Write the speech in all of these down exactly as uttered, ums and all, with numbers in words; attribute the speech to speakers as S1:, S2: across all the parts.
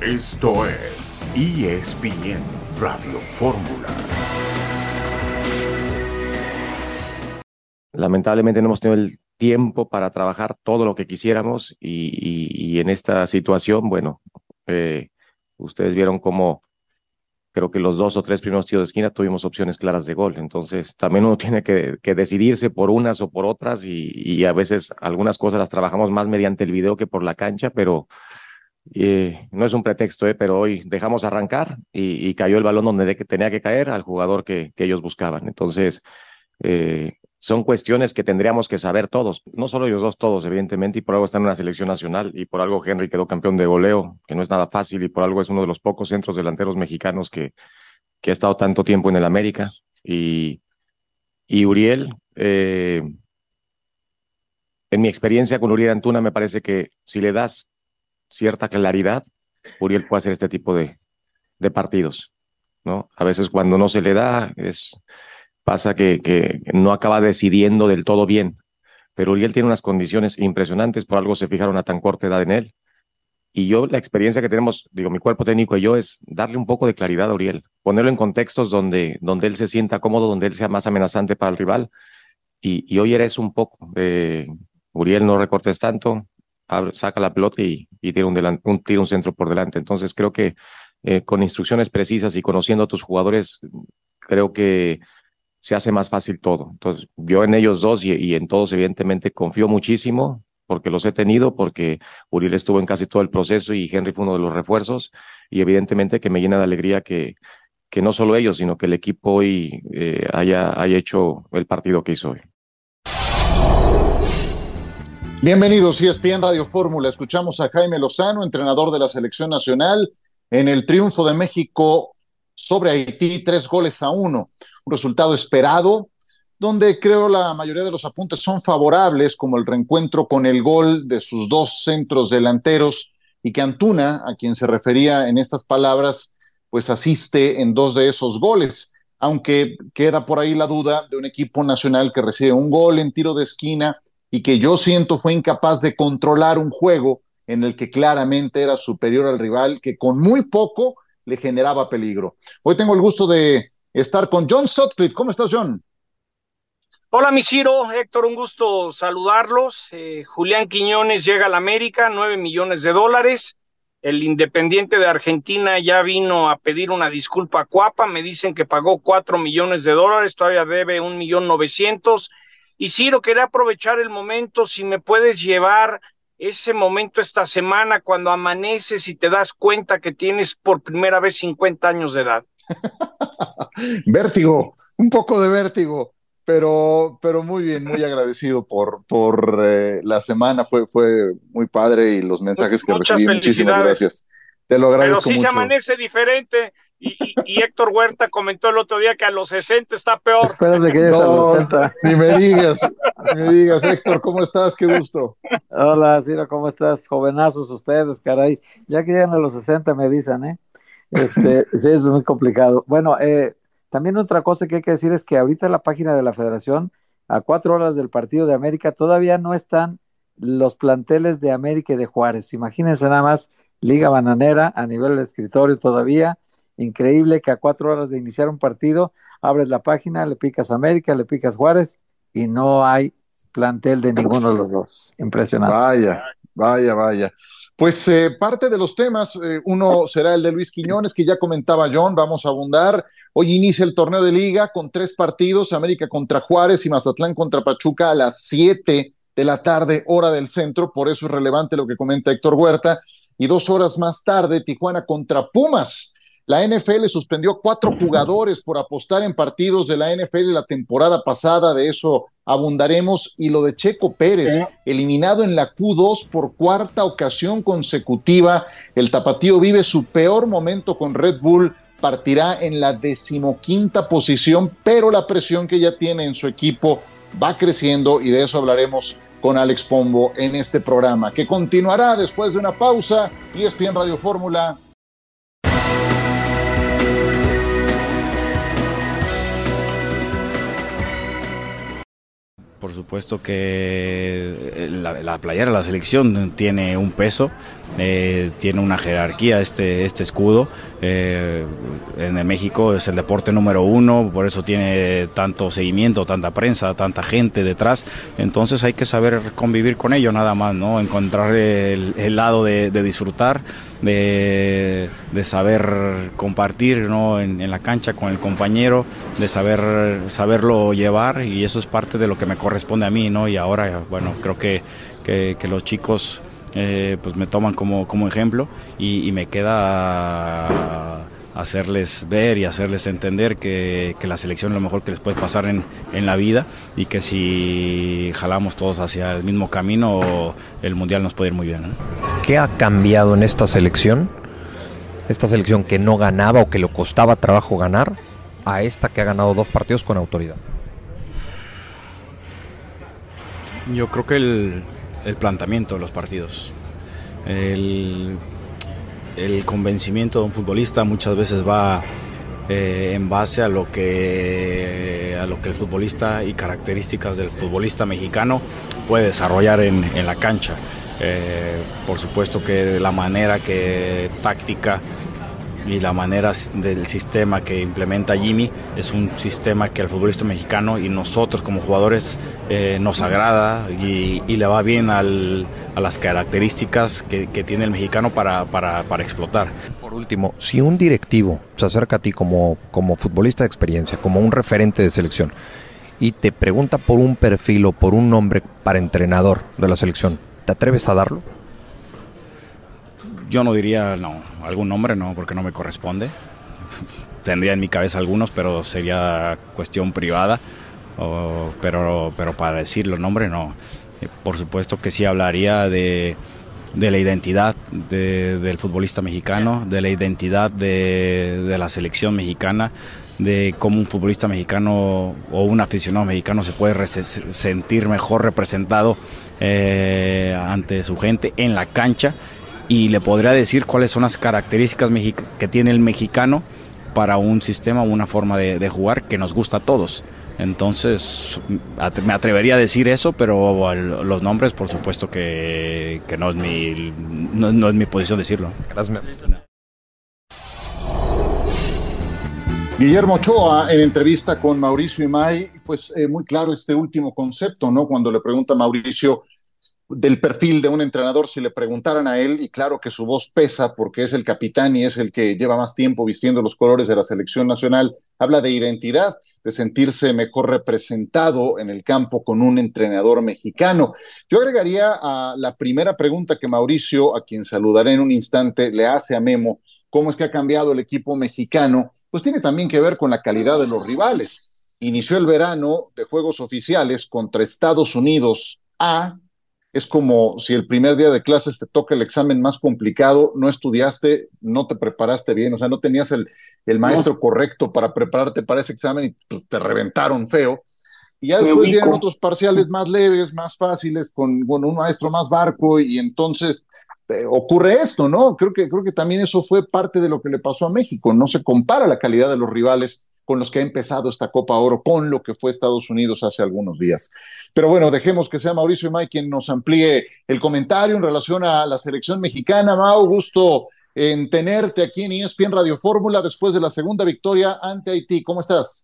S1: Esto es E S P N Radio Fórmula.
S2: Lamentablemente no hemos tenido el tiempo para trabajar todo lo que quisiéramos y, y, y en esta situación, bueno, eh, ustedes vieron cómo creo que los dos o tres primeros tiros de esquina tuvimos opciones claras de gol. Entonces también uno tiene que, que decidirse por unas o por otras y, y a veces algunas cosas las trabajamos más mediante el video que por la cancha, pero eh, no es un pretexto, eh, pero hoy dejamos arrancar y, y cayó el balón donde de que tenía que caer al jugador que, que ellos buscaban. Entonces, eh, son cuestiones que tendríamos que saber todos, no solo ellos dos, todos, evidentemente, y por algo están en una selección nacional, y por algo Henry quedó campeón de goleo, que no es nada fácil, y por algo es uno de los pocos centros delanteros mexicanos que, que ha estado tanto tiempo en el América. Y, y Uriel, eh, en mi experiencia con Uriel Antuna, me parece que si le das cierta claridad, Uriel puede hacer este tipo de, de partidos, ¿no? A veces cuando no se le da, es, pasa que, que no acaba decidiendo del todo bien, pero Uriel tiene unas condiciones impresionantes, por algo se fijaron a tan corta edad en él. Y yo, la experiencia que tenemos, digo, mi cuerpo técnico y yo, es darle un poco de claridad a Uriel, ponerlo en contextos donde, donde él se sienta cómodo, donde él sea más amenazante para el rival. Y, y hoy era eso un poco. Eh, Uriel, no recortes tanto, abre, saca la pelota y, y tira un, delan, un, tira un centro por delante. Entonces creo que eh, con instrucciones precisas y conociendo a tus jugadores, creo que se hace más fácil todo. Entonces, yo en ellos dos y, y en todos, evidentemente, confío muchísimo porque los he tenido, porque Uriel estuvo en casi todo el proceso y Henry fue uno de los refuerzos, y evidentemente que me llena de alegría que, que no solo ellos, sino que el equipo hoy eh, haya, haya hecho el partido que hizo hoy.
S3: Bienvenidos, E S P N Radio Fórmula. Escuchamos a Jaime Lozano, entrenador de la Selección Nacional, en el triunfo de México sobre Haití, tres goles a uno. Un resultado esperado, donde creo la mayoría de los apuntes son favorables, como el reencuentro con el gol de sus dos centros delanteros, y que Antuna, a quien se refería en estas palabras, pues asiste en dos de esos goles, aunque queda por ahí la duda de un equipo nacional que recibe un gol en tiro de esquina y que yo siento fue incapaz de controlar un juego en el que claramente era superior al rival, que con muy poco le generaba peligro. Hoy tengo el gusto de estar con John Sutcliffe. ¿Cómo estás, John?
S4: Hola, mi Ciro, Héctor, un gusto saludarlos. Eh, Julián Quiñones llega a la América, nueve millones de dólares. El Independiente de Argentina ya vino a pedir una disculpa a Cuapa. Me dicen que pagó cuatro millones de dólares, todavía debe un millón novecientos. Y Ciro, quería aprovechar el momento, si me puedes llevar ese momento esta semana cuando amaneces y te das cuenta que tienes por primera vez cincuenta años de edad.
S3: Vértigo, un poco de vértigo, pero, pero muy bien, muy agradecido por, por eh, la semana, fue, fue muy padre y los mensajes que
S4: Muchas
S3: recibí, muchísimas gracias. Te lo agradezco
S4: Pero sí
S3: mucho.
S4: se amanece diferente. Y, y, y Héctor Huerta comentó el otro día que a los sesenta está peor.
S5: Espero que llegues
S3: no,
S5: a los sesenta.
S3: Ni me digas, ni me digas. Héctor, ¿cómo estás? Qué gusto.
S5: Hola, Ciro, ¿cómo estás? Jovenazos ustedes, caray. Ya que llegan a los sesenta me avisan, ¿eh? Este, sí, es muy complicado. Bueno, eh, también otra cosa que hay que decir es que ahorita la página de la Federación, a cuatro horas del partido de América, todavía no están los planteles de América y de Juárez. Imagínense nada más, Liga Bananera a nivel de escritorio todavía. Increíble que a cuatro horas de iniciar un partido, abres la página, le picas América, le picas Juárez y no hay plantel de ninguno de los dos. Impresionante.
S3: Vaya, vaya, vaya. Pues eh, parte de los temas, eh, uno será el de Luis Quiñones, que ya comentaba John, vamos a abundar. Hoy inicia el torneo de liga con tres partidos, América contra Juárez y Mazatlán contra Pachuca a las siete de la tarde, hora del centro, por eso es relevante lo que comenta Héctor Huerta. Y dos horas más tarde, Tijuana contra Pumas. La N F L suspendió a cuatro jugadores por apostar en partidos de la N F L la temporada pasada, de eso abundaremos. Y lo de Checo Pérez, eliminado en la Q dos por cuarta ocasión consecutiva. El tapatío vive su peor momento con Red Bull, partirá en la decimoquinta posición, pero la presión que ya tiene en su equipo va creciendo y de eso hablaremos con Alex Pombo en este programa, que continuará después de una pausa. E S P N Radio Fórmula.
S6: Por supuesto que la, la playera, la selección tiene un peso, eh, tiene una jerarquía este, este escudo. Eh, en México es el deporte número uno, por eso tiene tanto seguimiento, tanta prensa, tanta gente detrás. Entonces hay que saber convivir con ello nada más, ¿no? Encontrar el, el lado de, de disfrutar, de, de saber compartir, ¿no? en, en la cancha con el compañero, de saber saberlo llevar, y eso es parte de lo que me corresponde a mí, ¿no? Y ahora, bueno, creo que, que, que los chicos eh, pues me toman como, como ejemplo, y, y me queda hacerles ver y hacerles entender que, que la selección es lo mejor que les puede pasar en, en la vida, y que si jalamos todos hacia el mismo camino, el Mundial nos puede ir muy bien, ¿no?
S7: ¿Qué ha cambiado en esta selección? Esta selección que no ganaba o que le costaba trabajo ganar, a esta que ha ganado dos partidos con autoridad.
S6: Yo creo que el, el planteamiento de los partidos, el, el convencimiento de un futbolista muchas veces va eh, en base a lo que a lo que el futbolista y características del futbolista mexicano puede desarrollar en, en la cancha. Eh, por supuesto que de la manera que táctica y la manera del sistema que implementa Jimmy es un sistema que al futbolista mexicano y nosotros como jugadores eh, nos agrada, y, y le va bien al, a las características que, que tiene el mexicano para, para, para explotar.
S7: Por último, si un directivo se acerca a ti como, como futbolista de experiencia, como un referente de selección, y te pregunta por un perfil o por un nombre para entrenador de la selección, ¿te atreves a darlo?
S6: Yo no diría, no, algún nombre no, porque no me corresponde. Tendría en mi cabeza algunos, pero sería cuestión privada. O, pero, pero para decir los nombres, no. Eh, por supuesto que sí hablaría de, de la identidad de, del futbolista mexicano, de la identidad de, de la selección mexicana, de cómo un futbolista mexicano o un aficionado mexicano se puede sentir mejor representado eh, ante su gente en la cancha. Y le podría decir cuáles son las características que tiene el mexicano para un sistema o una forma de, de jugar que nos gusta a todos. Entonces, me atrevería a decir eso, pero los nombres, por supuesto que, que no, es mi, no, no es mi posición decirlo.
S7: Gracias.
S3: Guillermo Ochoa, en entrevista con Mauricio Imay, pues eh, muy claro este último concepto, ¿no? Cuando le pregunta a Mauricio del perfil de un entrenador, si le preguntaran a él, y claro que su voz pesa porque es el capitán y es el que lleva más tiempo vistiendo los colores de la selección nacional, habla de identidad, de sentirse mejor representado en el campo con un entrenador mexicano. Yo agregaría a la primera pregunta que Mauricio, a quien saludaré en un instante, le hace a Memo, cómo es que ha cambiado el equipo mexicano, pues tiene también que ver con la calidad de los rivales. Inició el verano de juegos oficiales contra Estados Unidos A. Es como si el primer día de clases te toca el examen más complicado, no estudiaste, no te preparaste bien, o sea, no tenías el, el maestro no. correcto para prepararte para ese examen y te reventaron feo. Y ya después vienen otros parciales más leves, más fáciles, con bueno, un maestro más barco, y entonces eh, ocurre esto, ¿no? Creo que, creo que también eso fue parte de lo que le pasó a México. No se compara la calidad de los rivales con los que ha empezado esta Copa Oro, con lo que fue Estados Unidos hace algunos días. Pero bueno, dejemos que sea Mauricio Imay quien nos amplíe el comentario en relación a la selección mexicana. Mau, gusto en tenerte aquí en E S P N Radio Fórmula después de la segunda victoria ante Haití. ¿Cómo estás?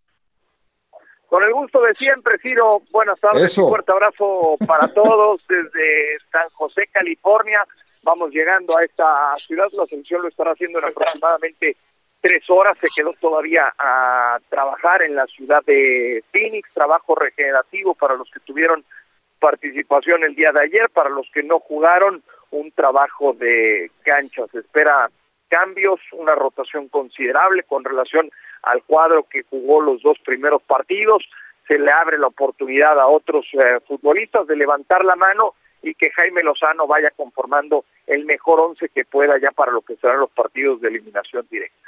S8: Con el gusto de siempre, Ciro. Buenas tardes. Eso. Un fuerte abrazo para todos desde San José, California. Vamos llegando a esta ciudad. La selección lo estará haciendo en aproximadamente tres horas. Se quedó todavía a trabajar en la ciudad de Phoenix, trabajo regenerativo para los que tuvieron participación el día de ayer, para los que no jugaron, un trabajo de cancha. Se espera cambios, una rotación considerable con relación al cuadro que jugó los dos primeros partidos. Se le abre la oportunidad a otros eh, futbolistas de levantar la mano y que Jaime Lozano vaya conformando el mejor once que pueda ya para lo que serán los partidos de eliminación directa.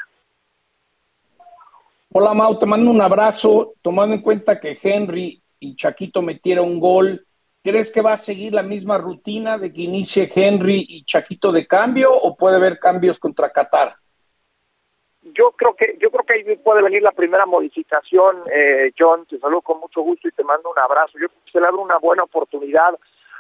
S4: Hola Mau, te mando un abrazo. Tomando en cuenta que Henry y Chaquito metieron un gol, ¿crees que va a seguir la misma rutina de que inicie Henry y Chaquito de cambio o puede haber cambios contra Qatar?
S8: Yo creo que yo creo que ahí puede venir la primera modificación. eh, John, te saludo con mucho gusto y te mando un abrazo. Yo creo que se le abre una buena oportunidad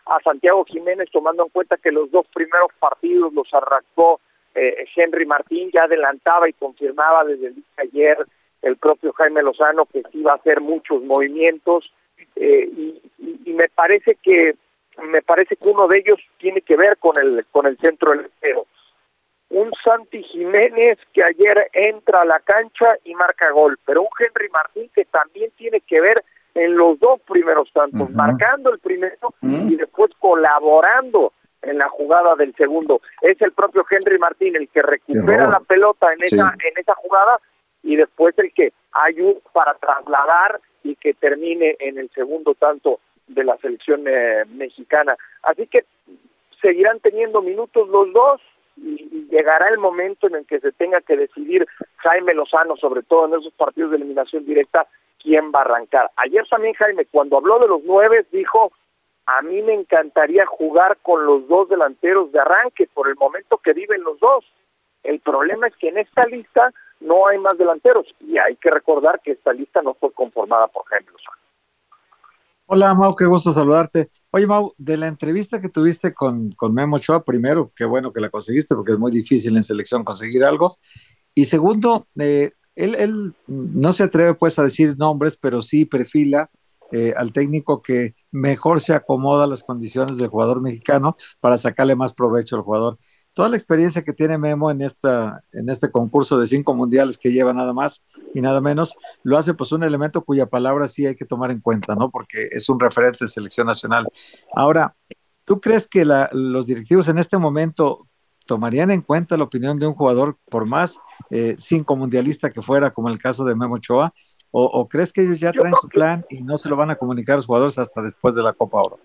S8: a Santiago Jiménez, tomando en cuenta que los dos primeros partidos los arrancó eh, Henry Martín, ya adelantaba y confirmaba desde el día de ayer el propio Jaime Lozano que sí iba a hacer muchos movimientos, eh, y, y, y me parece que me parece que uno de ellos tiene que ver con el con el centro delantero. Un Santi Jiménez que ayer entra a la cancha y marca gol, pero un Henry Martín que también tiene que ver en los dos primeros tantos, uh-huh. marcando el primero uh-huh. y después colaborando en la jugada del segundo. Es el propio Henry Martín el que recupera la pelota en esa sí. en esa jugada y después el que ayuda para trasladar y que termine en el segundo tanto de la selección eh, mexicana. Así que seguirán teniendo minutos los dos y, y llegará el momento en el que se tenga que decidir Jaime Lozano, sobre todo en esos partidos de eliminación directa, quién va a arrancar. Ayer también Jaime, cuando habló de los nueve, dijo, a mí me encantaría jugar con los dos delanteros de arranque por el momento que viven los dos. El problema es que en esta lista no hay más delanteros y hay que recordar que esta lista no fue conformada por Jaime Lozano.
S5: Hola Mau, qué gusto saludarte. Oye Mau, de la entrevista que tuviste con, con Memo Ochoa, primero, qué bueno que la conseguiste porque es muy difícil en selección conseguir algo. Y segundo, eh, él, él no se atreve pues a decir nombres, pero sí perfila eh, al técnico que mejor se acomoda a las condiciones del jugador mexicano para sacarle más provecho al jugador. Toda la experiencia que tiene Memo en esta en este concurso de cinco mundiales que lleva nada más y nada menos, lo hace pues un elemento cuya palabra sí hay que tomar en cuenta, ¿no? Porque es un referente de selección nacional. Ahora, ¿tú crees que la, los directivos en este momento tomarían en cuenta la opinión de un jugador, por más eh, cinco mundialista que fuera, como el caso de Memo Ochoa? ¿O, o crees que ellos ya traen su plan y no se lo van a comunicar a los jugadores hasta después de la Copa Oro?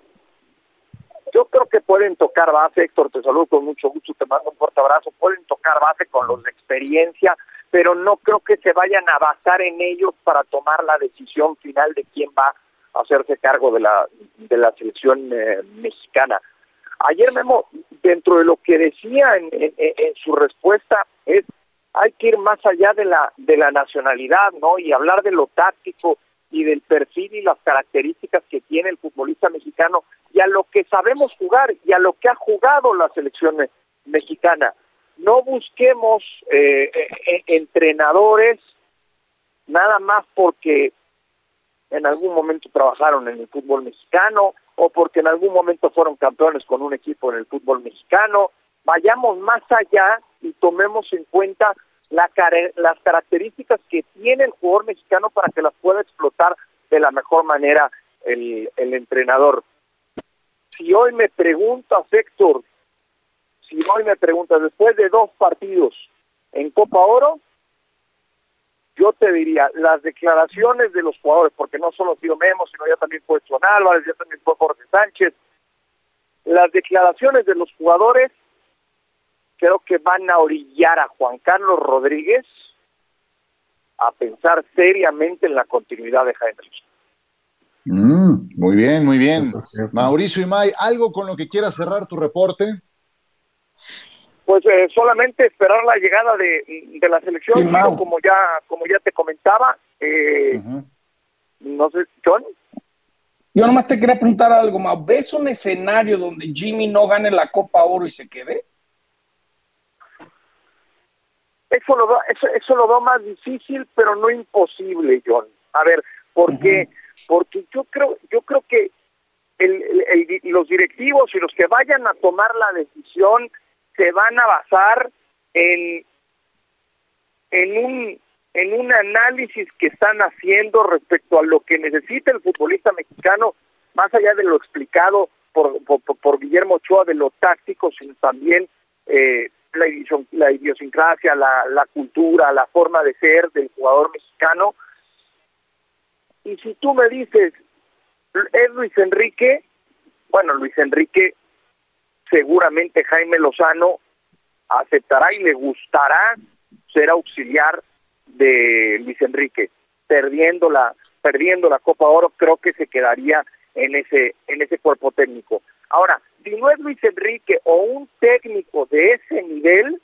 S8: Yo creo que pueden tocar base, Héctor, te saludo con mucho gusto, te mando un fuerte abrazo, pueden tocar base con los de experiencia, pero no creo que se vayan a basar en ellos para tomar la decisión final de quién va a hacerse cargo de la de la selección eh, mexicana. Ayer Memo, dentro de lo que decía en, en, en su respuesta, es hay que ir más allá de la de la nacionalidad, ¿no? Y hablar de lo táctico y del perfil y las características que tiene el futbolista mexicano y a lo que sabemos jugar y a lo que ha jugado la selección mexicana. No busquemos eh, eh, entrenadores nada más porque en algún momento trabajaron en el fútbol mexicano o porque en algún momento fueron campeones con un equipo en el fútbol mexicano. Vayamos más allá y tomemos en cuenta la car- las características que tiene el jugador mexicano para que las pueda explotar de la mejor manera el, el entrenador. Si hoy me preguntas, Héctor, si hoy me preguntas, después de dos partidos en Copa Oro, yo te diría, las declaraciones de los jugadores, porque no solo ha sido Memo, sino ya también fue John Álvarez, ya también fue Jorge Sánchez, las declaraciones de los jugadores creo que van a orillar a Juan Carlos Rodríguez a pensar seriamente en la continuidad de Jaime Lozano.
S3: Mm, muy bien, muy bien. Mauricio Imay, ¿algo con lo que quieras cerrar tu reporte?
S8: Pues eh, solamente esperar la llegada de, de la selección, sí, no, como ya como ya te comentaba. Eh, uh-huh. No sé, John.
S4: Yo nomás te quería preguntar algo, Mau. ¿Ves un escenario donde Jimmy no gane la Copa Oro y se quede?
S8: Eso lo, eso, eso lo veo más difícil, pero no imposible, John. A ver, ¿por qué? Uh-huh. Porque yo creo, yo creo que el, el, el, los directivos y los que vayan a tomar la decisión se van a basar en, en un en un análisis que están haciendo respecto a lo que necesita el futbolista mexicano, más allá de lo explicado por, por, por Guillermo Ochoa, de lo táctico, sino también eh, la, la idiosincrasia, la, la cultura, la forma de ser del jugador mexicano. Y si tú me dices, ¿es Luis Enrique? Bueno, Luis Enrique, seguramente Jaime Lozano aceptará y le gustará ser auxiliar de Luis Enrique. Perdiendo la, perdiendo la Copa Oro, creo que se quedaría en ese, en ese cuerpo técnico. Ahora, si no es Luis Enrique o un técnico de ese nivel,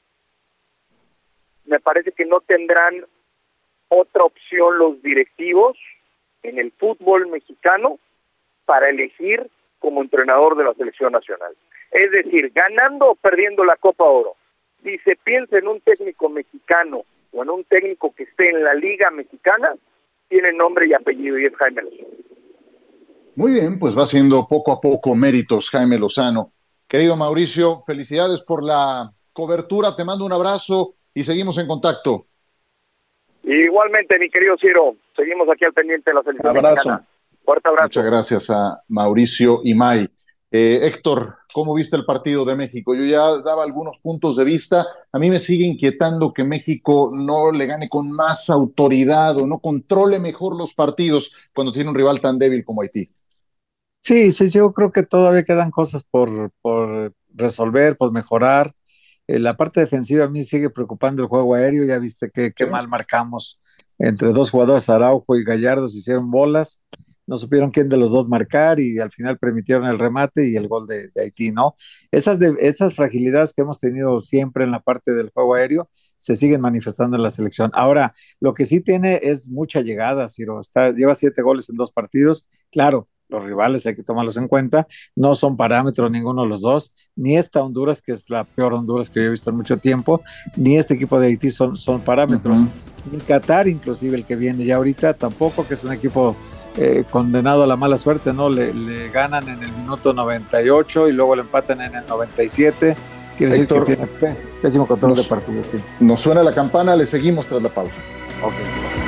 S8: me parece que no tendrán otra opción los directivos en el fútbol mexicano para elegir como entrenador de la selección nacional. Es decir, ganando o perdiendo la Copa Oro. Si se piensa en un técnico mexicano o en un técnico que esté en la Liga Mexicana, tiene nombre y apellido y es Jaime Lozano.
S3: Muy bien, pues va haciendo poco a poco méritos Jaime Lozano. Querido Mauricio, felicidades por la cobertura, te mando un abrazo y seguimos en contacto.
S8: Igualmente, mi querido Ciro, seguimos aquí al pendiente de la selección
S3: abrazo.
S8: mexicana. Fuerte abrazo.
S3: Muchas gracias a Mauricio Imay. Eh, Héctor, ¿cómo viste el partido de México? Yo ya daba algunos puntos de vista. A mí me sigue inquietando que México no le gane con más autoridad o no controle mejor los partidos cuando tiene un rival tan débil como Haití.
S5: Sí, sí, yo creo que todavía quedan cosas por, por resolver, por mejorar. Eh, la parte defensiva a mí sigue preocupando el juego aéreo. Ya viste que, qué
S3: Sí.
S5: mal marcamos entre dos jugadores, Araujo y Gallardo, se hicieron bolas. No supieron quién de los dos marcar y al final permitieron el remate y el gol de, de Haití, ¿no? Esas, de, esas fragilidades que hemos tenido siempre en la parte del juego aéreo se siguen manifestando en la selección. Ahora, lo que sí tiene es mucha llegada, Ciro. Está, lleva siete goles en dos partidos. Claro, los rivales hay que tomarlos en cuenta, no son parámetros ninguno de los dos, ni esta Honduras, que es la peor Honduras que yo he visto en mucho tiempo, ni este equipo de Haití son, son parámetros, uh-huh. Ni Qatar, inclusive el que viene ya ahorita, tampoco, que es un equipo eh, condenado a la mala suerte, ¿no? Le, le ganan en el minuto noventa y ocho y luego le empatan en el noventa y siete. Quiere Héctor, decir que tiene pésimo control nos, de partido, sí.
S3: Nos suena la campana, le seguimos tras la pausa.
S5: Ok.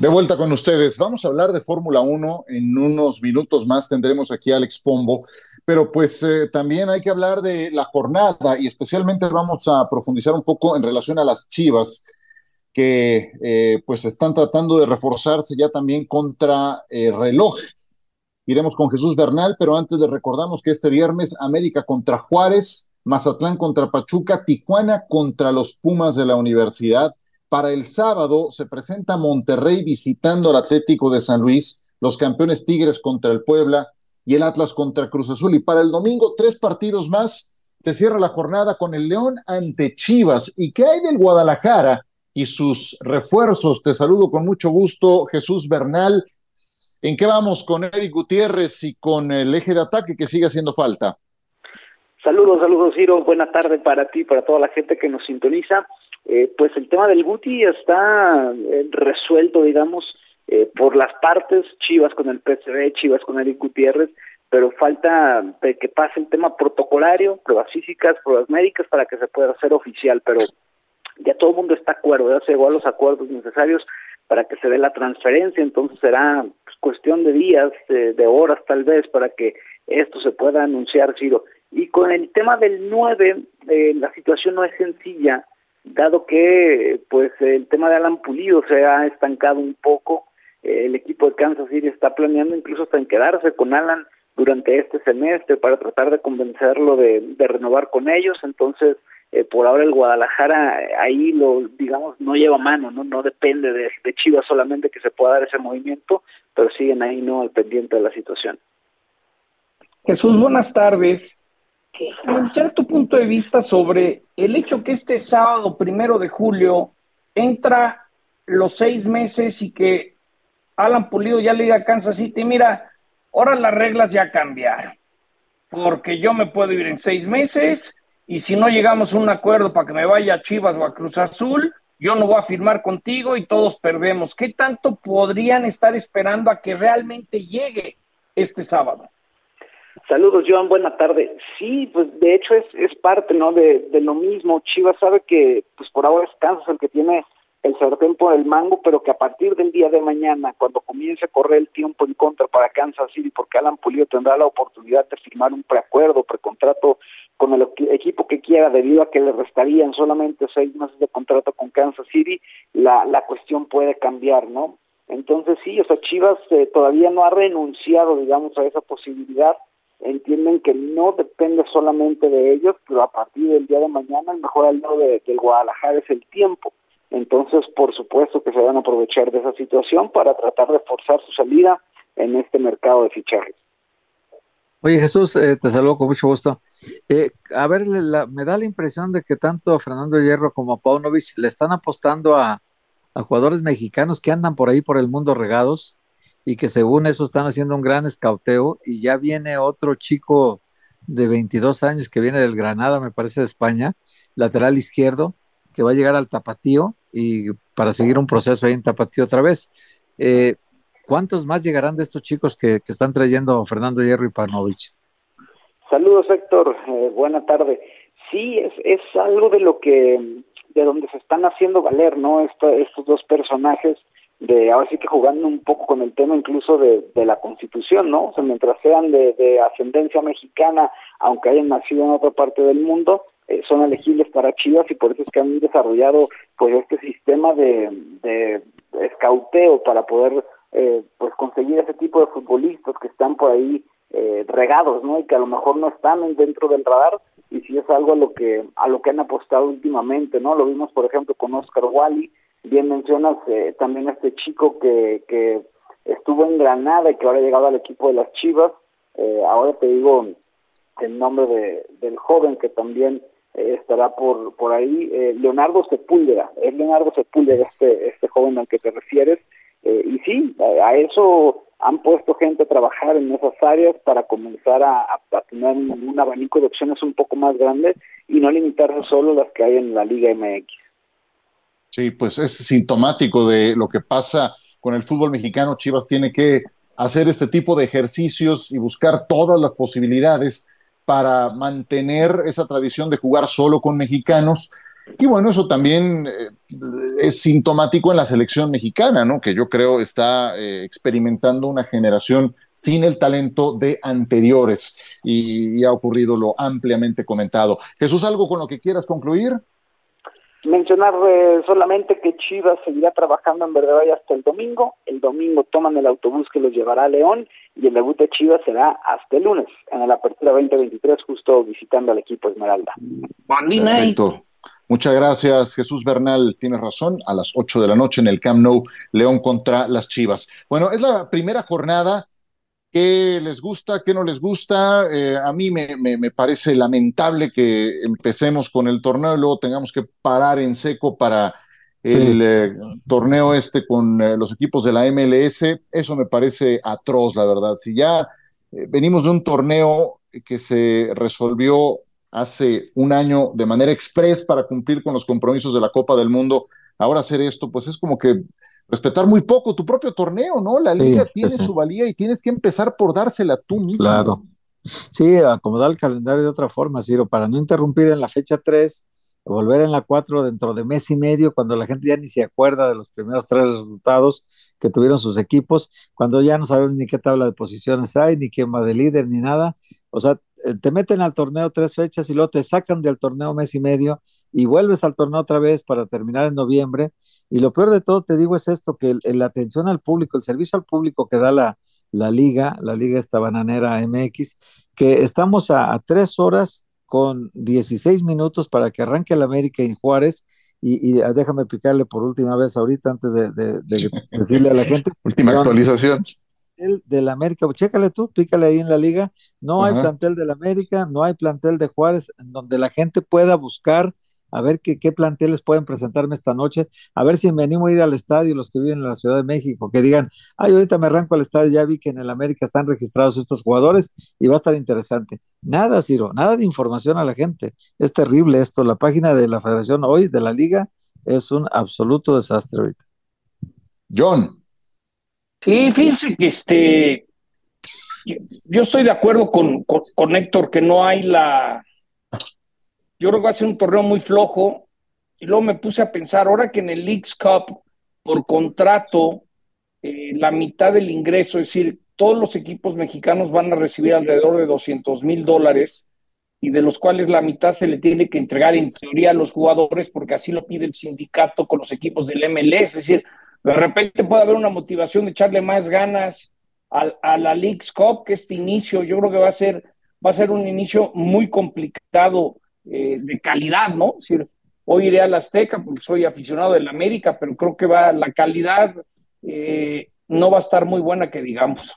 S3: De vuelta con ustedes. Vamos a hablar de Fórmula uno. En unos minutos más tendremos aquí a Alex Pombo, pero pues eh, también hay que hablar de la jornada y especialmente vamos a profundizar un poco en relación a las Chivas que eh, pues están tratando de reforzarse ya también contra eh, reloj. Iremos con Jesús Bernal, pero antes les recordamos que este viernes América contra Juárez, Mazatlán contra Pachuca, Tijuana contra los Pumas de la Universidad. Para el sábado se presenta Monterrey visitando al Atlético de San Luis, los campeones Tigres contra el Puebla y el Atlas contra Cruz Azul. Y para el domingo, tres partidos más. Se cierra la jornada con el León ante Chivas. ¿Y qué hay del Guadalajara y sus refuerzos? Te saludo con mucho gusto, Jesús Bernal. ¿En qué vamos con Eric Gutiérrez y con el eje de ataque que sigue haciendo falta?
S9: Saludos, saludos, Ciro. Buena tarde para ti, para toda la gente que nos sintoniza. Eh, pues el tema del Guti está eh, resuelto, digamos, eh, por las partes, Chivas con el P S V, Chivas con Eric Gutiérrez, pero falta de que pase el tema protocolario, pruebas físicas, pruebas médicas, para que se pueda hacer oficial, pero ya todo el mundo está de acuerdo, ya se llegó a los acuerdos necesarios para que se dé la transferencia, entonces será pues, cuestión de días, de, de horas tal vez, para que esto se pueda anunciar, Ciro. Y con el tema del nueve, eh, la situación no es sencilla, dado que pues el tema de Alan Pulido se ha estancado un poco. Eh, el equipo de Kansas City está planeando incluso hasta en quedarse con Alan durante este semestre para tratar de convencerlo de, de renovar con ellos. Entonces eh, por ahora el Guadalajara eh, ahí lo digamos no lleva mano, no no depende de, de Chivas solamente que se pueda dar ese movimiento, pero siguen ahí no al pendiente de la situación.
S4: Jesús, buenas tardes. Me gustaría tu punto de vista sobre el hecho que este sábado, primero de julio, entra los seis meses y que Alan Pulido ya le diga a Kansas City, mira, ahora las reglas ya cambiaron, porque yo me puedo ir en seis meses y si no llegamos a un acuerdo para que me vaya a Chivas o a Cruz Azul, yo no voy a firmar contigo y todos perdemos. ¿Qué tanto podrían estar esperando a que realmente llegue este sábado?
S9: Saludos, Joan, buena tarde. Sí, pues de hecho es, es parte, ¿no?, de, de lo mismo. Chivas sabe que pues por ahora es Kansas el que tiene el sartén por el mango, pero que a partir del día de mañana, cuando comience a correr el tiempo en contra para Kansas City, porque Alan Pulido tendrá la oportunidad de firmar un preacuerdo, precontrato con el equipo que quiera, debido a que le restarían solamente seis meses de contrato con Kansas City, la, la cuestión puede cambiar, ¿no? Entonces sí, o sea, Chivas eh, todavía no ha renunciado, digamos, a esa posibilidad. Entienden que no depende solamente de ellos, pero a partir del día de mañana el mejor aliado de, del Guadalajara es el tiempo. Entonces, por supuesto que se van a aprovechar de esa situación para tratar de forzar su salida en este mercado de fichajes.
S5: Oye, Jesús, eh, te saludo con mucho gusto. Eh, a ver, la, me da la impresión de que tanto a Fernando Hierro como a Paunovic le están apostando a, a jugadores mexicanos que andan por ahí por el mundo regados, y que según eso están haciendo un gran escauteo, y ya viene otro chico de veintidós años que viene del Granada, me parece, de España, lateral izquierdo, que va a llegar al Tapatío y para seguir un proceso ahí en Tapatío otra vez. Eh, ¿Cuántos más llegarán de estos chicos que, que están trayendo Fernando Hierro y Paunovic?
S9: Saludos, Héctor, eh, buena tarde. Sí, es, es algo de lo que, de donde se están haciendo valer, ¿no? Esto, estos dos personajes, de ahora sí que jugando un poco con el tema incluso de, de la Constitución, ¿no? O sea, mientras sean de, de ascendencia mexicana, aunque hayan nacido en otra parte del mundo, eh, son elegibles para Chivas, y por eso es que han desarrollado pues este sistema de, de escauteo para poder eh, pues conseguir ese tipo de futbolistas que están por ahí eh, regados, ¿no? Y que a lo mejor no están dentro del radar, y sí es algo a lo que a lo que han apostado últimamente, ¿no? Lo vimos, por ejemplo, con Oscar Wally. Bien mencionas eh, también a este chico que, que estuvo en Granada y que ahora ha llegado al equipo de las Chivas. Eh, ahora te digo el nombre de, del joven que también eh, estará por por ahí, eh, Leonardo Sepúlveda. Es Leonardo Sepúlveda este este joven al que te refieres. Eh, y sí, a, a eso han puesto gente a trabajar en esas áreas para comenzar a, a, a tener un, un abanico de opciones un poco más grande y no limitarse solo a las que hay en la Liga M X.
S3: Sí, pues es sintomático de lo que pasa con el fútbol mexicano. Chivas tiene que hacer este tipo de ejercicios y buscar todas las posibilidades para mantener esa tradición de jugar solo con mexicanos. Y bueno, eso también eh, es sintomático en la selección mexicana, ¿no? Que yo creo está eh, experimentando una generación sin el talento de anteriores y, y ha ocurrido lo ampliamente comentado. Jesús, ¿algo con lo que quieras concluir?
S9: Mencionar eh, solamente que Chivas seguirá trabajando en Verde Valle hasta el domingo. El domingo toman el autobús que los llevará a León y el debut de Chivas será hasta el lunes en la Apertura veinte veintitrés, justo visitando al equipo Esmeralda.
S3: Perfecto. Muchas gracias, Jesús Bernal. Tienes razón, a las ocho de la noche en el Camp Nou, León contra las Chivas. Bueno, es la primera jornada. ¿Qué les gusta? ¿Qué no les gusta? Eh, a mí me, me, me parece lamentable que empecemos con el torneo y luego tengamos que parar en seco para el sí. eh, torneo este con eh, los equipos de la M L S. Eso me parece atroz, la verdad. Si ya eh, venimos de un torneo que se resolvió hace un año de manera express para cumplir con los compromisos de la Copa del Mundo, ahora hacer esto, pues es como que respetar muy poco tu propio torneo, ¿no? La liga sí, tiene sí. su valía y tienes que empezar por dársela tú mismo.
S5: Claro. Sí, acomodar el calendario de otra forma, Ciro, para no interrumpir en la fecha tres, volver en la cuatro dentro de mes y medio, cuando la gente ya ni se acuerda de los primeros tres resultados que tuvieron sus equipos, cuando ya no sabemos ni qué tabla de posiciones hay, ni quién va de líder, ni nada. O sea, te meten al torneo tres fechas y luego te sacan del torneo mes y medio y vuelves al torneo otra vez para terminar en noviembre. Y lo peor de todo, te digo, es esto, que la atención al público, el servicio al público que da la, la liga, la liga esta bananera M X, que estamos a, a tres horas con dieciséis minutos para que arranque el América en Juárez, y, y déjame picarle por última vez ahorita antes de, de, de decirle a la gente.
S3: Última
S5: John,
S3: actualización.
S5: El del América, chécale tú, pícale ahí en la liga, no Ajá. hay plantel del América, no hay plantel de Juárez, en donde la gente pueda buscar a ver qué, qué planteles pueden presentarme esta noche, a ver si me animo a ir al estadio, los que viven en la Ciudad de México, que digan, ay, ahorita me arranco al estadio, ya vi que en el América están registrados estos jugadores y va a estar interesante. Nada, Ciro, nada de información a la gente, es terrible esto, la página de la Federación hoy, de la Liga, es un absoluto desastre ahorita.
S3: John.
S4: Sí, fíjense que este, yo estoy de acuerdo con, con, con Héctor que no hay la... Yo creo que va a ser un torneo muy flojo, y luego me puse a pensar, ahora que en el Leagues Cup, por contrato, eh, la mitad del ingreso, es decir, todos los equipos mexicanos van a recibir alrededor de doscientos mil dólares, y de los cuales la mitad se le tiene que entregar en teoría a los jugadores, porque así lo pide el sindicato con los equipos del M L S, es decir, de repente puede haber una motivación de echarle más ganas a, a la Leagues Cup, que este inicio, yo creo que va a ser, va a ser un inicio muy complicado, Eh, de calidad, ¿no? Es decir, hoy iré al Azteca porque soy aficionado del América, pero creo que va, la calidad eh, no va a estar muy buena, que digamos.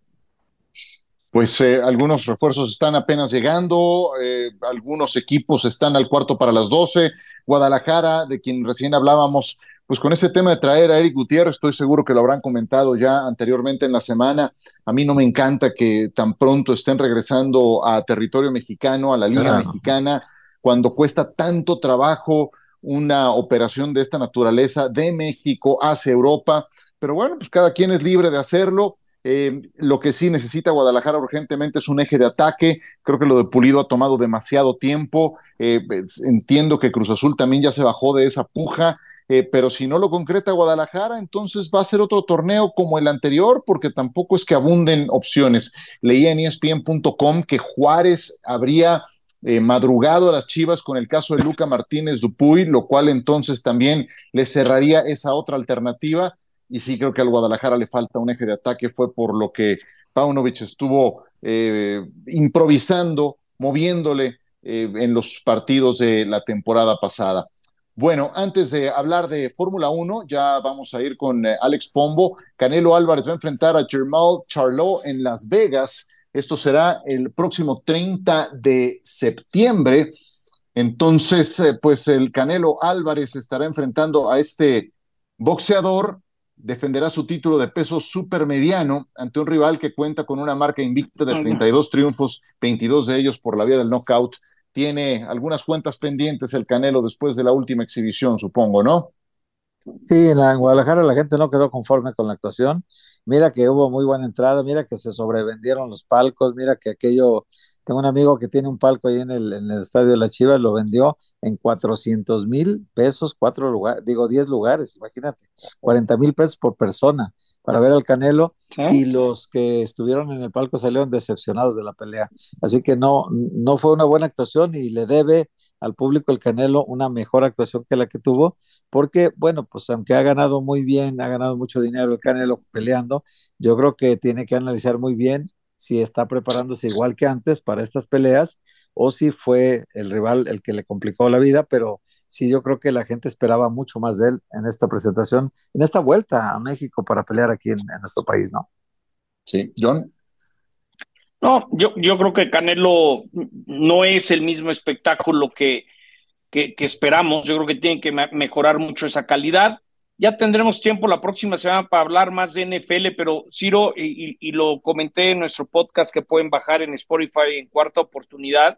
S3: Pues eh, algunos refuerzos están apenas llegando, eh, algunos equipos están al cuarto para las doce, Guadalajara, de quien recién hablábamos, pues con ese tema de traer a Eric Gutiérrez, estoy seguro que lo habrán comentado ya anteriormente en la semana. A mí no me encanta que tan pronto estén regresando a territorio mexicano, a la Liga claro. Mexicana, cuando cuesta tanto trabajo una operación de esta naturaleza de México hacia Europa, pero bueno, pues cada quien es libre de hacerlo. Eh, lo que sí necesita Guadalajara urgentemente es un eje de ataque. Creo que lo de Pulido ha tomado demasiado tiempo. Eh, entiendo que Cruz Azul también ya se bajó de esa puja, eh, pero si no lo concreta Guadalajara, entonces va a ser otro torneo como el anterior, porque tampoco es que abunden opciones. Leía en E S P N punto com que Juárez habría Eh, madrugado a las Chivas con el caso de Luca Martínez Dupuy, lo cual entonces también le cerraría esa otra alternativa, y sí creo que al Guadalajara le falta un eje de ataque, fue por lo que Paunovic estuvo eh, improvisando, moviéndole eh, en los partidos de la temporada pasada. Bueno, antes de hablar de Fórmula uno, ya vamos a ir con eh, Alex Pombo. Canelo Álvarez va a enfrentar a Jermall Charlo en Las Vegas. Esto será el próximo treinta de septiembre. Entonces, eh, pues el Canelo Álvarez estará enfrentando a este boxeador, defenderá su título de peso supermediano ante un rival que cuenta con una marca invicta de treinta y dos triunfos, veintidós de ellos por la vía del knockout. Tiene algunas cuentas pendientes el Canelo después de la última exhibición, supongo, ¿no?
S5: Sí, en, la, en Guadalajara la gente no quedó conforme con la actuación. Mira que hubo muy buena entrada, mira que se sobrevendieron los palcos, mira que aquello, tengo un amigo que tiene un palco ahí en el, en el estadio de la Chivas, lo vendió en cuatrocientos mil pesos, cuatro lugares, digo diez lugares, imagínate, cuarenta mil pesos por persona para ver al Canelo,
S4: ¿Sí?
S5: y los que estuvieron en el palco salieron decepcionados de la pelea. Así que no, no fue una buena actuación y le debe al público el Canelo una mejor actuación que la que tuvo porque, bueno, pues aunque ha ganado muy bien, ha ganado mucho dinero el Canelo peleando, yo creo que tiene que analizar muy bien si está preparándose igual que antes para estas peleas o si fue el rival el que le complicó la vida, pero sí yo creo que la gente esperaba mucho más de él en esta presentación, en esta vuelta a México para pelear aquí en, en nuestro país, ¿no?
S3: Sí, John.
S4: No, yo, yo creo que Canelo no es el mismo espectáculo que, que, que esperamos. Yo creo que tiene que me- mejorar mucho esa calidad. Ya tendremos tiempo la próxima semana para hablar más de N F L, pero Ciro, y, y- y lo comenté en nuestro podcast que pueden bajar en Spotify en cuarta oportunidad,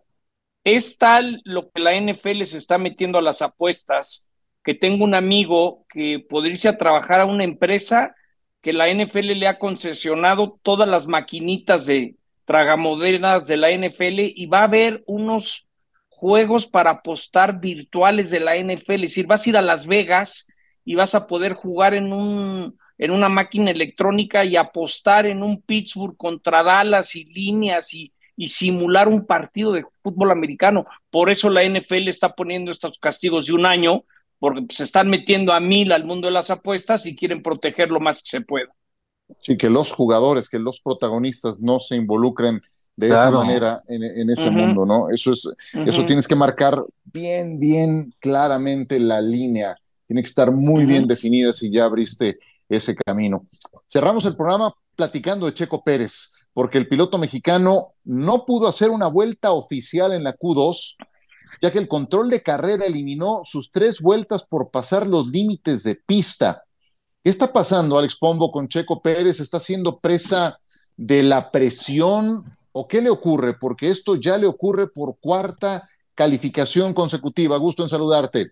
S4: es tal lo que la N F L se está metiendo a las apuestas, que tengo un amigo que podría irse a trabajar a una empresa que la N F L le ha concesionado todas las maquinitas de tragamonedas de la N F L y va a haber unos juegos para apostar virtuales de la N F L. Es decir, vas a ir a Las Vegas y vas a poder jugar en un en una máquina electrónica y apostar en un Pittsburgh contra Dallas y líneas y y simular un partido de fútbol americano. Por eso la N F L está poniendo estos castigos de un año, porque se están metiendo a mil al mundo de las apuestas y quieren proteger lo más que se pueda.
S3: Sí, que los jugadores, que los protagonistas no se involucren de esa
S5: Claro.
S3: manera en, en ese
S4: Ujú,
S3: mundo, ¿no? Eso es, eso
S4: ujú,
S3: tienes que marcar bien, bien claramente la línea. Tiene que estar muy bien
S4: ujú.
S3: definida si ya abriste ese camino. Cerramos el programa platicando de Checo Pérez, porque el piloto mexicano no pudo hacer una vuelta oficial en la Q dos, ya que el control de carrera eliminó sus tres vueltas por pasar los límites de pista. ¿Qué está pasando, Alex Pombo, con Checo Pérez? ¿Está siendo presa de la presión o qué le ocurre? Porque esto ya le ocurre por cuarta calificación consecutiva. Gusto en saludarte.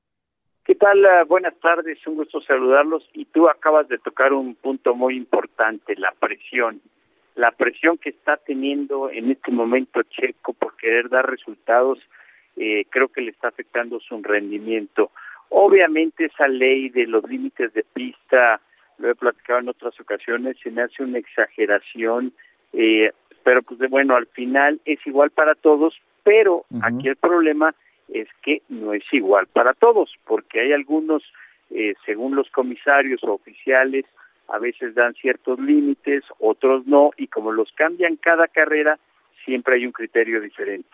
S8: ¿Qué tal? Uh, buenas tardes, un gusto saludarlos. Y tú acabas de tocar un punto muy importante, la presión. La presión que está teniendo en este momento Checo por querer dar resultados, eh, creo que le está afectando su rendimiento. Obviamente esa ley de los límites de pista, lo he platicado en otras ocasiones, se me hace una exageración, eh, pero pues de, bueno, al final es igual para todos, pero uh-huh. Aquí el problema es que no es igual para todos, porque hay algunos, eh, según los comisarios o oficiales, a veces dan ciertos límites, otros no, y como los cambian cada carrera, siempre hay un criterio diferente.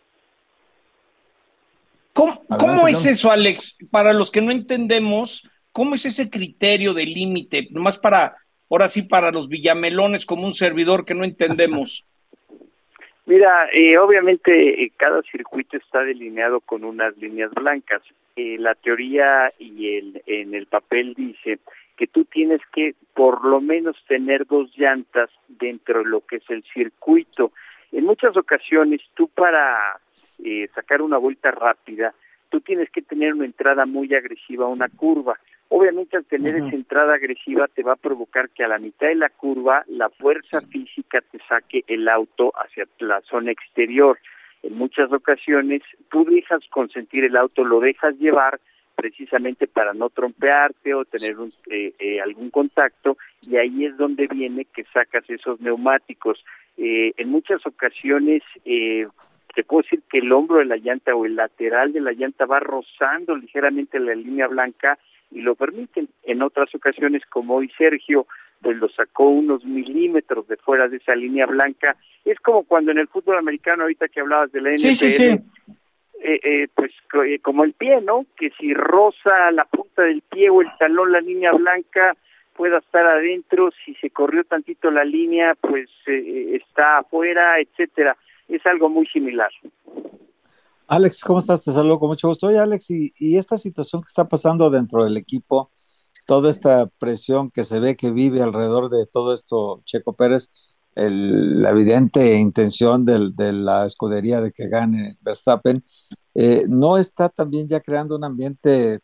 S4: ¿Cómo, ¿Cómo es eso, Alex? Para los que no entendemos, ¿cómo es ese criterio de límite? Nomás para, ahora sí, para los villamelones como un servidor que no entendemos.
S8: Mira, eh, obviamente eh, cada circuito está delineado con unas líneas blancas. Eh, la teoría y el en el papel dice que tú tienes que por lo menos tener dos llantas dentro de lo que es el circuito. En muchas ocasiones tú para eh, sacar una vuelta rápida, tú tienes que tener una entrada muy agresiva a una curva. Obviamente al tener uh-huh. esa entrada agresiva te va a provocar que a la mitad de la curva la fuerza física te saque el auto hacia la zona exterior. En muchas ocasiones tú dejas consentir el auto, lo dejas llevar precisamente para no trompearte o tener un, eh, eh, algún contacto, y ahí es donde viene que sacas esos neumáticos. Eh, en muchas ocasiones eh, te puedo decir que el hombro de la llanta o el lateral de la llanta va rozando ligeramente la línea blanca y lo permiten. En otras ocasiones, como hoy Sergio, pues lo sacó unos milímetros de fuera de esa línea blanca. Es como cuando en el fútbol americano, ahorita que hablabas de la N F L, sí, sí, sí. Eh, eh, pues eh, como el pie, ¿no? Que si roza la punta del pie o el talón la línea blanca, pueda estar adentro, si se corrió tantito la línea, pues eh, está afuera, etcétera. Es algo muy similar.
S5: Alex, ¿cómo estás? Te saludo con mucho gusto. Oye, Alex, y, y esta situación que está pasando dentro del equipo, toda esta presión que se ve que vive alrededor de todo esto, Checo Pérez, el, la evidente intención del, de la escudería de que gane Verstappen, eh, ¿no está también ya creando un ambiente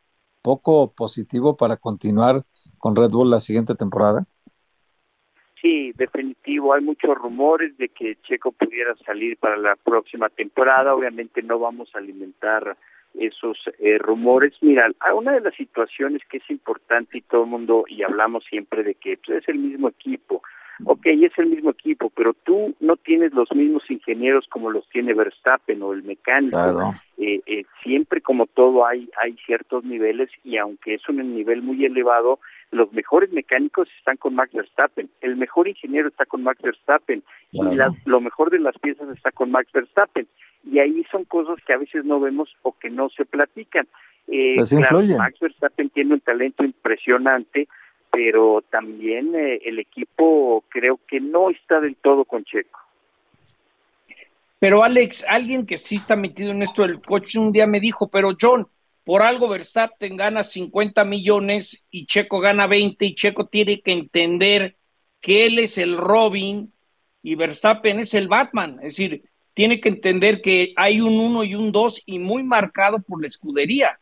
S5: poco positivo para continuar con Red Bull la siguiente temporada?
S10: Sí, definitivo. Hay muchos rumores de que Checo pudiera salir para la próxima temporada. Obviamente no vamos a alimentar esos eh, rumores. Mira, una de las situaciones que es importante y todo el mundo, y hablamos siempre de que pues, es el mismo equipo. Ok, es el mismo equipo, pero tú no tienes los mismos ingenieros como los tiene Verstappen o el mecánico.
S5: Claro.
S10: Eh, eh, siempre, como todo, hay hay ciertos niveles, y aunque es un nivel muy elevado, los mejores mecánicos están con Max Verstappen, el mejor ingeniero está con Max Verstappen,
S5: claro.
S10: y la, lo mejor de las piezas está con Max Verstappen, y ahí son cosas que a veces no vemos o que no se platican. Eh,
S5: pues
S10: claro,
S5: influye.
S10: Max Verstappen tiene un talento impresionante, pero también eh, el equipo creo que no está del todo con Checo.
S4: Pero Alex, alguien que sí está metido en esto del coche un día me dijo, pero John, por algo Verstappen gana cincuenta millones y Checo gana veinte, y Checo tiene que entender que él es el Robin y Verstappen es el Batman. Es decir, tiene que entender que hay un uno y un dos y muy marcado por la escudería.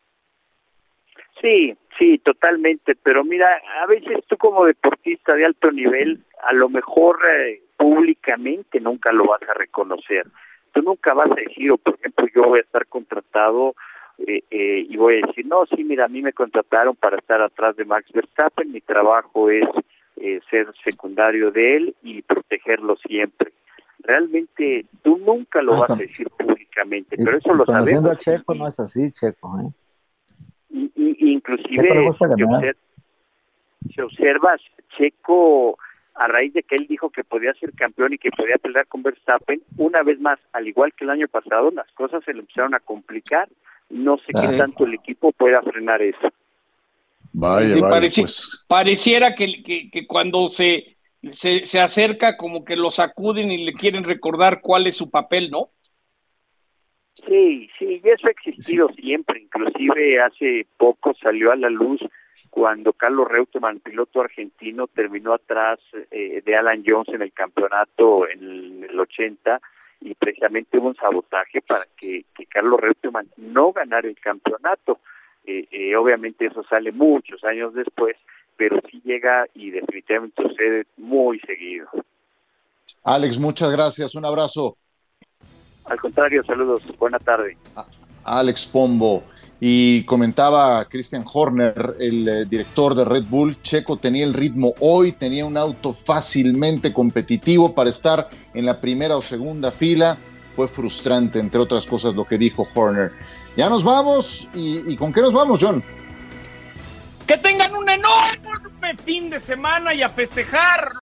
S10: Sí, sí, totalmente, pero mira, a veces tú como deportista de alto nivel, a lo mejor eh, públicamente nunca lo vas a reconocer. Tú nunca vas a decir, o por ejemplo, yo voy a estar contratado eh, eh, y voy a decir, no, sí, mira, a mí me contrataron para estar atrás de Max Verstappen, mi trabajo es eh, ser secundario de él y protegerlo siempre. Realmente tú nunca lo vas a decir públicamente, pero eso lo sabemos.
S5: Conociendo a Checo no es así, Checo, ¿eh?
S10: Y, y, inclusive se, observa, se observa Checo, a raíz de que él dijo que podía ser campeón y que podía pelear con Verstappen, una vez más, al igual que el año pasado, las cosas se le empezaron a complicar. No sé Ay. qué tanto el equipo pueda frenar eso.
S3: Vaya,
S4: sí,
S3: vaya,
S4: pareci-
S3: pues.
S4: Pareciera que, que, que cuando se, se, se acerca como que lo sacuden y le quieren recordar cuál es su papel, ¿no?
S10: Sí, sí, y eso ha existido sí. siempre, inclusive hace poco salió a la luz cuando Carlos Reutemann, piloto argentino, terminó atrás eh, de Alan Jones en el campeonato en el ochenta, y precisamente hubo un sabotaje para que, que Carlos Reutemann no ganara el campeonato. Eh, eh, obviamente eso sale muchos años después, pero sí llega y definitivamente sucede muy seguido.
S3: Alex, muchas gracias, un abrazo.
S10: Al contrario, saludos, buena tarde.
S3: Alex Pombo. Y comentaba Christian Horner, el eh, director de Red Bull, Checo tenía el ritmo hoy, tenía un auto fácilmente competitivo para estar en la primera o segunda fila. Fue frustrante, entre otras cosas, lo que dijo Horner. Ya nos vamos, ¿y, y con qué nos vamos, John?
S4: Que tengan un enorme fin de semana y a festejar.